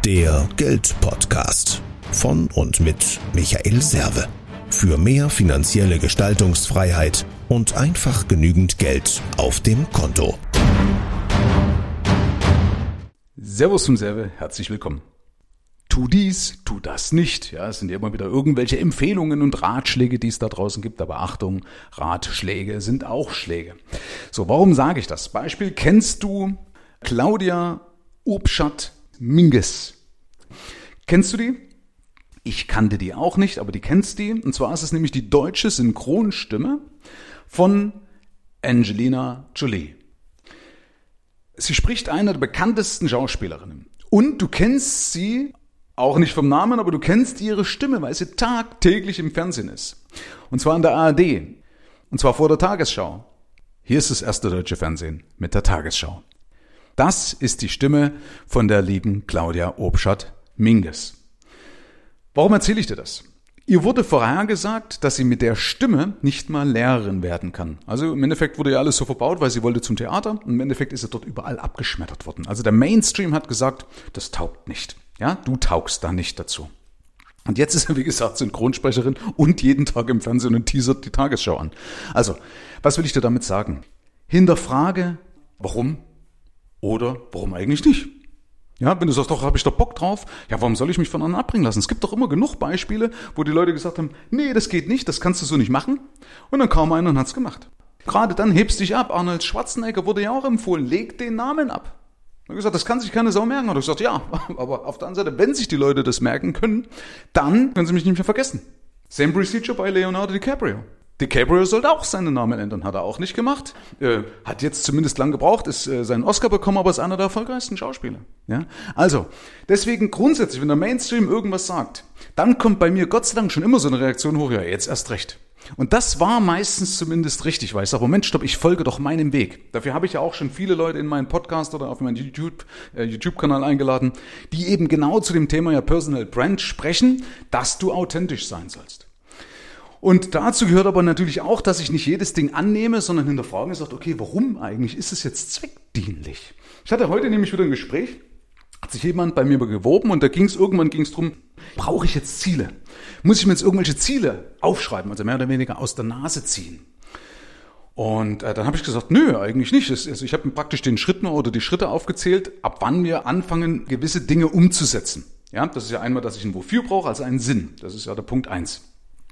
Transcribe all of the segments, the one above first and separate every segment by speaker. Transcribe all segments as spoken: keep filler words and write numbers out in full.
Speaker 1: Der Geld-Podcast von und mit Michael Serve. Für mehr finanzielle Gestaltungsfreiheit und einfach genügend Geld auf dem Konto.
Speaker 2: Servus zum Serve, herzlich willkommen. Tu dies, tu das nicht. Ja, es sind ja immer wieder irgendwelche Empfehlungen und Ratschläge, die es da draußen gibt. Aber Achtung, Ratschläge sind auch Schläge. So, warum sage ich das? Beispiel, kennst du Claudia Obschat-Minges? Kennst du die? Ich kannte die auch nicht, aber die kennst die. Und zwar ist es nämlich die deutsche Synchronstimme von Angelina Jolie. Sie spricht eine der bekanntesten Schauspielerinnen. Und du kennst sie auch nicht vom Namen, aber du kennst ihre Stimme, weil sie tagtäglich im Fernsehen ist. Und zwar in der A R D. Und zwar vor der Tagesschau. Hier ist das erste deutsche Fernsehen mit der Tagesschau. Das ist die Stimme von der lieben Claudia Obschat-Minges. Warum erzähle ich dir das? Ihr wurde vorhergesagt, dass sie mit der Stimme nicht mal Lehrerin werden kann. Also im Endeffekt wurde ja alles so verbaut, weil sie wollte zum Theater. Und im Endeffekt ist sie dort überall abgeschmettert worden. Also der Mainstream hat gesagt, das taugt nicht. Ja, du taugst da nicht dazu. Und jetzt ist er, wie gesagt, Synchronsprecherin und jeden Tag im Fernsehen und teasert die Tagesschau an. Also, was will ich dir damit sagen? Hinterfrage, warum oder warum eigentlich nicht? Ja, wenn du sagst, doch, habe ich doch Bock drauf, ja, warum soll ich mich von anderen abbringen lassen? Es gibt doch immer genug Beispiele, wo die Leute gesagt haben, nee, das geht nicht, das kannst du so nicht machen. Und dann kam einer und hat's gemacht. Gerade dann hebst dich ab. Arnold Schwarzenegger wurde ja auch empfohlen, leg den Namen ab. Er hat gesagt, das kann sich keine Sau merken. Und ich gesagt, ja, aber auf der anderen Seite, wenn sich die Leute das merken können, dann können sie mich nicht mehr vergessen. Same procedure bei Leonardo DiCaprio. DiCaprio sollte auch seinen Namen ändern, hat er auch nicht gemacht. Äh, hat jetzt zumindest lang gebraucht, ist äh, seinen Oscar bekommen, aber ist einer der erfolgreichsten Schauspieler. Ja? Also, deswegen grundsätzlich, wenn der Mainstream irgendwas sagt, dann kommt bei mir Gott sei Dank schon immer so eine Reaktion hoch, ja, jetzt erst recht. Und das war meistens zumindest richtig, weil ich sage, Moment, stopp, ich folge doch meinem Weg. Dafür habe ich ja auch schon viele Leute in meinen Podcast oder auf meinen YouTube, äh, YouTube-Kanal eingeladen, die eben genau zu dem Thema ja Personal Brand sprechen, dass du authentisch sein sollst. Und dazu gehört aber natürlich auch, dass ich nicht jedes Ding annehme, sondern hinterfrage und sage, okay, warum eigentlich ist es jetzt zweckdienlich? Ich hatte heute nämlich wieder ein Gespräch, hat sich jemand bei mir beworben und da ging es, irgendwann ging es darum, brauche ich jetzt Ziele? Muss ich mir jetzt irgendwelche Ziele aufschreiben, also mehr oder weniger aus der Nase ziehen? Und äh, dann habe ich gesagt, nö, eigentlich nicht. Also ich habe mir praktisch den Schritt nur oder die Schritte aufgezählt, ab wann wir anfangen, gewisse Dinge umzusetzen. Ja, das ist ja einmal, dass ich ein Wofür brauche, also einen Sinn. Das ist ja der Punkt eins.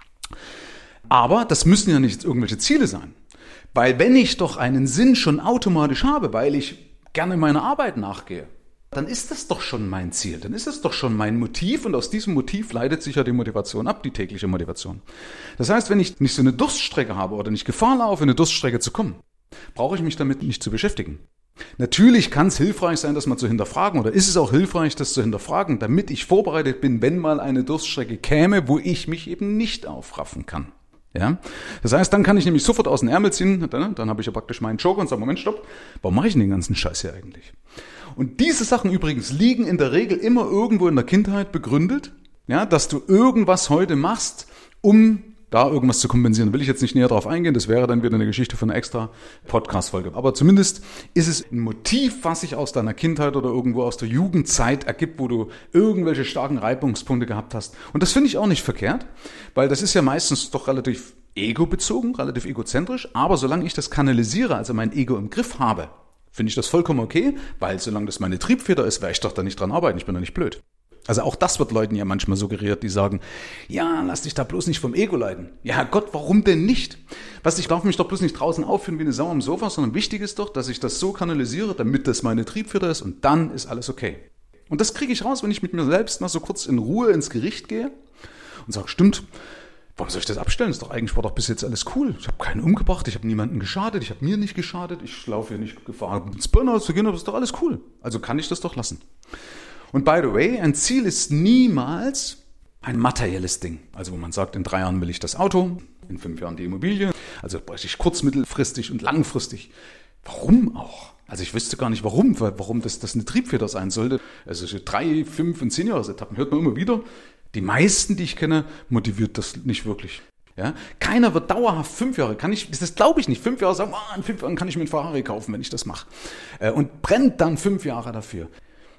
Speaker 2: Aber das müssen ja nicht irgendwelche Ziele sein. Weil wenn ich doch einen Sinn schon automatisch habe, weil ich gerne meiner Arbeit nachgehe, dann ist das doch schon mein Ziel, dann ist das doch schon mein Motiv und aus diesem Motiv leitet sich ja die Motivation ab, die tägliche Motivation. Das heißt, wenn ich nicht so eine Durststrecke habe oder nicht Gefahr laufe, in eine Durststrecke zu kommen, brauche ich mich damit nicht zu beschäftigen. Natürlich kann es hilfreich sein, das mal zu hinterfragen oder ist es auch hilfreich, das zu hinterfragen, damit ich vorbereitet bin, wenn mal eine Durststrecke käme, wo ich mich eben nicht aufraffen kann. Ja, das heißt, dann kann ich nämlich sofort aus dem Ärmel ziehen, dann, dann habe ich ja praktisch meinen Joker und sage, Moment, stopp, warum mache ich denn den ganzen Scheiß hier eigentlich? Und diese Sachen übrigens liegen in der Regel immer irgendwo in der Kindheit begründet, ja, dass du irgendwas heute machst, um da irgendwas zu kompensieren. Da will ich jetzt nicht näher drauf eingehen, das wäre dann wieder eine Geschichte von einer extra Podcast-Folge. Aber zumindest ist es ein Motiv, was sich aus deiner Kindheit oder irgendwo aus der Jugendzeit ergibt, wo du irgendwelche starken Reibungspunkte gehabt hast. Und das finde ich auch nicht verkehrt, weil das ist ja meistens doch relativ egobezogen, relativ egozentrisch. Aber solange ich das kanalisiere, also mein Ego im Griff habe, finde ich das vollkommen okay, weil solange das meine Triebfeder ist, werde ich doch da nicht dran arbeiten, ich bin doch nicht blöd. Also auch das wird Leuten ja manchmal suggeriert, die sagen, ja, lass dich da bloß nicht vom Ego leiten. Ja Gott, warum denn nicht? Was, ich darf mich doch bloß nicht draußen aufführen wie eine Sau am Sofa, sondern wichtig ist doch, dass ich das so kanalisiere, damit das meine Triebfeder ist und dann ist alles okay. Und das kriege ich raus, wenn ich mit mir selbst mal so kurz in Ruhe ins Gericht gehe und sage, stimmt, warum soll ich das abstellen? Ist doch eigentlich war doch bis jetzt alles cool. Ich habe keinen umgebracht, ich habe niemanden geschadet, ich habe mir nicht geschadet, ich laufe hier nicht Gefahr, ins Burnout zu gehen, aber ist doch alles cool. Also kann ich das doch lassen. Und by the way, ein Ziel ist niemals ein materielles Ding. Also wo man sagt, in drei Jahren will ich das Auto, in fünf Jahren die Immobilie. Also bräuchte ich kurz-, mittelfristig und langfristig. Warum auch? Also ich wüsste gar nicht warum, warum das, das eine Triebfeder sein sollte. Also drei, fünf und zehn Jahresetappen hört man immer wieder. Die meisten, die ich kenne, motiviert das nicht wirklich. Ja? Keiner wird dauerhaft fünf Jahre, kann ich, das glaube ich nicht, fünf Jahre sagen, oh, in fünf Jahren kann ich mir einen Ferrari kaufen, wenn ich das mache. Und brennt dann fünf Jahre dafür.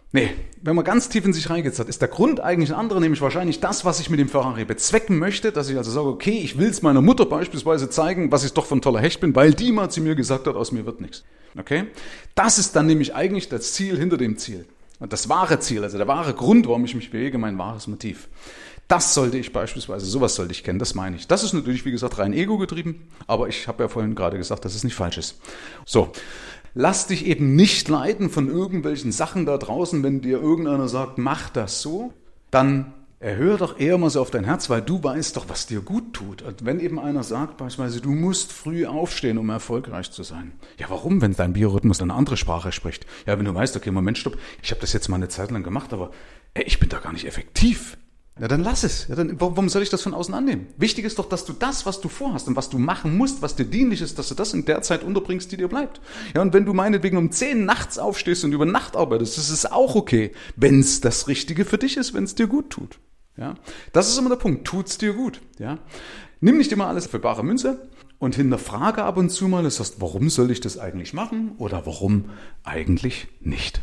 Speaker 2: Nee, wenn man ganz tief in sich reingeht, ist der Grund eigentlich ein anderer, nämlich wahrscheinlich das, was ich mit dem Ferrari bezwecken möchte, dass ich also sage, okay, ich will es meiner Mutter beispielsweise zeigen, was ich doch für ein toller Hecht bin, weil die mal zu mir gesagt hat, aus mir wird nichts. Okay? Das ist dann nämlich eigentlich das Ziel hinter dem Ziel. Und das wahre Ziel, also der wahre Grund, warum ich mich bewege, mein wahres Motiv. Das sollte ich beispielsweise, sowas sollte ich kennen, das meine ich. Das ist natürlich, wie gesagt, rein ego getrieben, aber ich habe ja vorhin gerade gesagt, dass es nicht falsch ist. So. Lass dich eben nicht leiten von irgendwelchen Sachen da draußen, wenn dir irgendeiner sagt, mach das so, dann erhöhe doch eher mal so auf dein Herz, weil du weißt doch, was dir gut tut. Und wenn eben einer sagt beispielsweise, du musst früh aufstehen, um erfolgreich zu sein. Ja, warum, wenn dein Biorhythmus eine andere Sprache spricht? Ja, wenn du weißt, okay, Moment, stopp, ich habe das jetzt mal eine Zeit lang gemacht, aber ey, ich bin da gar nicht effektiv. Ja, dann lass es. Ja, dann, warum soll ich das von außen annehmen? Wichtig ist doch, dass du das, was du vorhast und was du machen musst, was dir dienlich ist, dass du das in der Zeit unterbringst, die dir bleibt. Ja, und wenn du meinetwegen um zehn nachts aufstehst und über Nacht arbeitest, das ist auch okay, wenn es das Richtige für dich ist, wenn es dir gut tut. Ja, das ist immer der Punkt. Tut's dir gut. Ja, nimm nicht immer alles für bare Münze und hinterfrage ab und zu mal, das heißt, warum soll ich das eigentlich machen oder warum eigentlich nicht?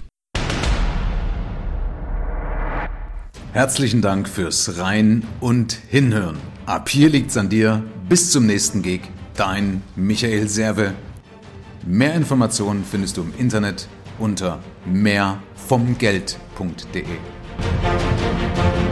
Speaker 2: Herzlichen Dank fürs Rein- und Hinhören. Ab hier liegt's an dir. Bis zum nächsten Gig. Dein Michael Serve. Mehr Informationen findest du im Internet unter mehr vom Geld punkt de.